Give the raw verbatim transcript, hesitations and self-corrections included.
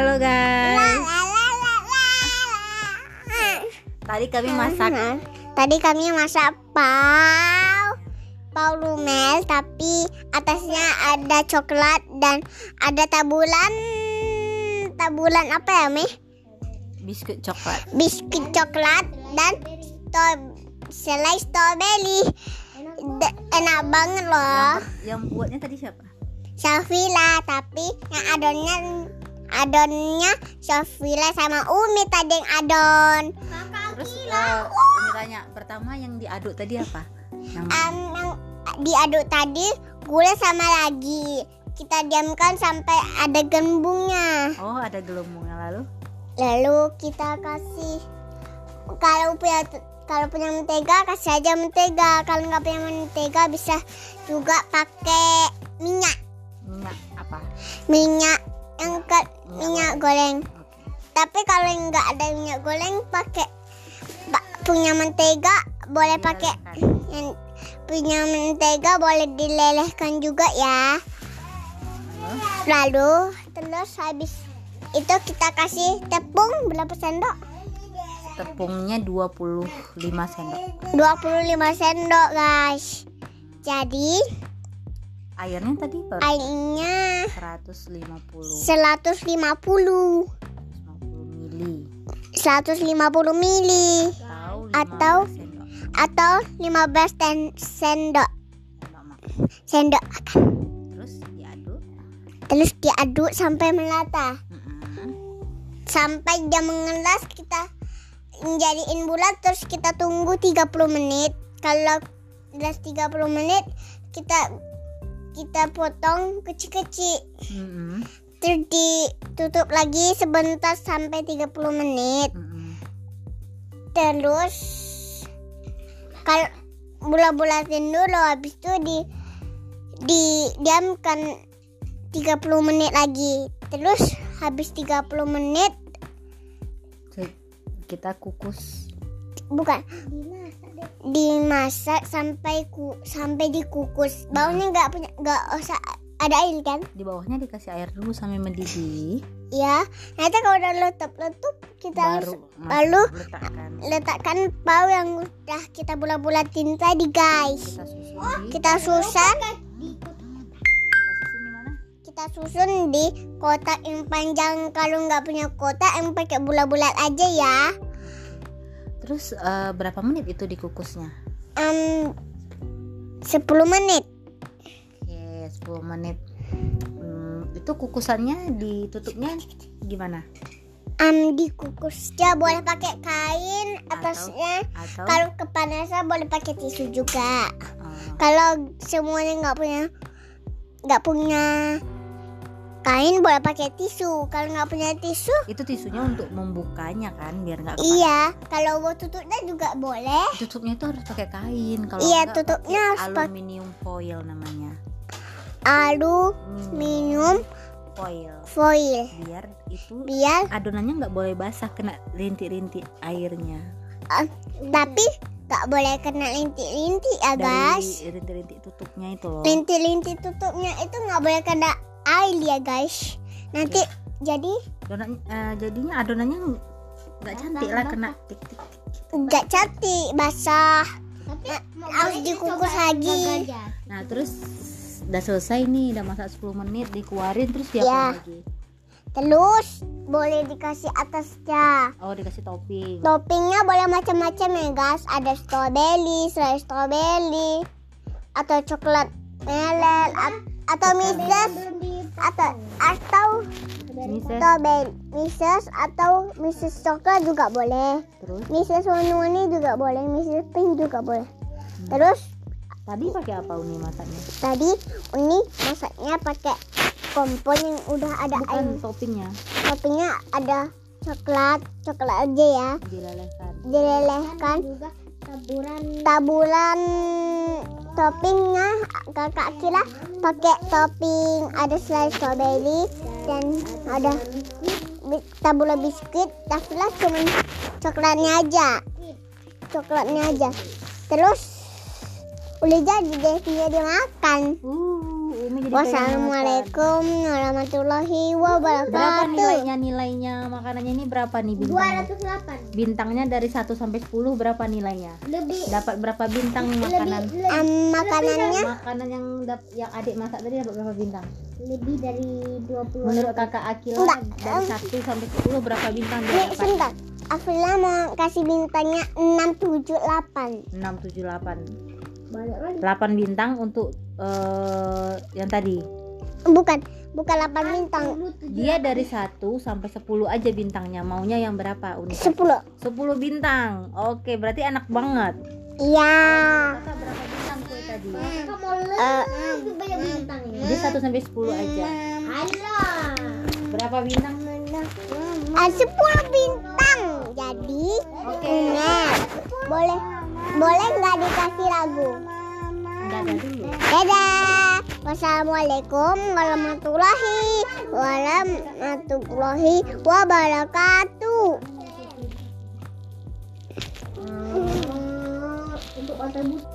Halo guys. Tadi kami masak. Tadi kami masak pau pau lumel, tapi atasnya ada coklat dan ada tabulan tabulan apa ya, Mi? Biskuit coklat. Biskuit coklat dan sto selai strawberry. Enak banget loh. Yang, yang buatnya tadi siapa? Syafila, tapi yang adonnya adonnya Syafila sama Umi tadi yang adon. Terus uh, ini tanya, pertama yang diaduk tadi apa? Yang... Um, yang diaduk tadi gula sama lagi. Kita diamkan sampai ada gelembungnya. Oh, ada gelembungnya. Lalu? Lalu kita kasih, kalau punya kalau punya mentega kasih aja mentega. Kalau nggak punya mentega bisa juga pakai minyak. Minyak apa? Minyak yang ke minyak, minyak goreng. goreng. Okay. Tapi kalau nggak ada minyak goreng pakai punya mentega boleh pakai yang punya mentega boleh dilelehkan juga ya. Lalu terus habis itu kita kasih tepung berapa sendok? Tepungnya dua puluh lima sendok. dua puluh lima sendok guys. Jadi airnya tadi berapa? Airnya seratus lima puluh. seratus lima puluh. mili. seratus lima puluh mili. Atau sendok. Atau lima belas sendok. Sendok makan. Terus diaduk. Terus diaduk sampai melata. Mm-hmm. Sampai dia mengelas, kita jadiin bulat, terus kita tunggu tiga puluh menit. Kalau gelas tiga puluh menit, kita kita potong kecil-kecil. Mm-hmm. Terus ditutup lagi sebentar sampai tiga puluh menit. Mm-hmm. Terus kalau bulat-bulatin dulu, habis itu di di diamkan tiga puluh menit lagi. Terus habis tiga puluh menit kita kukus. Bukan. Dimasak sampai ku, sampai dikukus. Baunya nggak punya nggak usah ada air kan? Di bawahnya dikasih air dulu sampai mendidih. Ya, nanti kalau udah letup-letup kita baru lalu letakkan. letakkan pau yang udah kita bulat-bulatin tadi guys. Kita susun. Oh, di, kita susun. kita susun di mana? Kita susun di kotak yang panjang. Kalau nggak punya kotak, yang pakai bulat-bulat aja ya. Terus uh, berapa menit itu dikukusnya? Um, sepuluh menit. Oke, sepuluh menit. Hmm, itu kukusannya ditutupnya gimana? Um, dikukusnya boleh pakai kain atasnya. Atau, atau? Kalau kepanasan boleh pakai tisu juga. Uh, Kalau semuanya nggak punya nggak punya kain boleh pakai tisu. Kalau nggak punya tisu, itu tisunya untuk membukanya kan, biar nggak kepanasan. iya. Kalau mau tutupnya juga boleh. Tutupnya itu harus pakai kain. Kalau Iya, enggak, tutupnya pakai harus pakai aluminium foil namanya. Aluminium foil. foil. Biar itu Biar adonannya nggak boleh basah, kena rintik-rintik airnya. uh, tapi nggak boleh kena lintik-lintik ya guys. Dari rintik-rintik tutupnya itu loh. Lintik-lintik tutupnya itu nggak boleh kena air ya guys. Nanti okay. jadi Donat, uh, jadinya adonannya nggak cantik lah, kena tik-tik. nggak cantik, basah. Tapi nah, harus dikukus lagi. Nah terus udah selesai nih, udah masak sepuluh menit, dikeluarin terus diapain ya. lagi? Terus boleh dikasih atasnya. Oh, dikasih topping. Toppingnya boleh macam-macam ya guys. Ada strawberry, selai strawberry, atau coklat melel, at- atau mises, atau atau strawberry, mises atau mises coklat juga boleh. Terus? Mises warna-warni juga boleh, mises pink juga boleh. Hmm. Terus tadi pakai apa Uni masaknya? Tadi Uni masaknya pakai kompon yang udah ada Bukan air. toppingnya. Toppingnya ada coklat, coklat aja ya. Dilelehkan. Dilelehkan. Taburan. Taburan toppingnya kakak kira pakai topping ada selai strawberry dan ada taburan biskuit. Tapi lah cuma coklatnya aja. Coklatnya aja. Terus udah jadi deh, tinggal dimakan. Uh, Umi jadi pengen makan. Wassalamualaikum warahmatullahi Berapa wabarakatuh. nilainya? Nilainya makanannya ini berapa nih dua bintangnya? ratus delapan. Bintangnya dari satu sampai sepuluh berapa nilainya? Lebih Dapat berapa bintang makanan? Em, makanannya Makanan yang dap- yang adik masak tadi dapat berapa bintang? lebih dari dua puluh. Menurut kakak Akila Enggak, dari em. satu sampai sepuluh berapa bintang dia Nih, dapat? sebentar. Afila mau kasih bintangnya enam tujuh delapan. enam, tujuh, delapan. Banyak lagi. delapan bintang untuk eh, yang tadi. Bukan, bukan delapan bintang. Dia dari satu sampai sepuluh aja bintangnya. Maunya yang berapa? Unik. sepuluh. sepuluh bintang. Oke, berarti enak banget. Iya. Kakak berapa bintang kue tadi? Kamu Eh, lebih banyak bintangnya. Dia satu sampai sepuluh aja. Allah. Berapa bintang? Ah, sepuluh bintang. Jadi, Oke. ingat. Boleh boleh nggak dikasih lagu? Enggak ada dulu. Dadah. Wassalamualaikum warahmatullahi warahmatullahi wabarakatuh. Untuk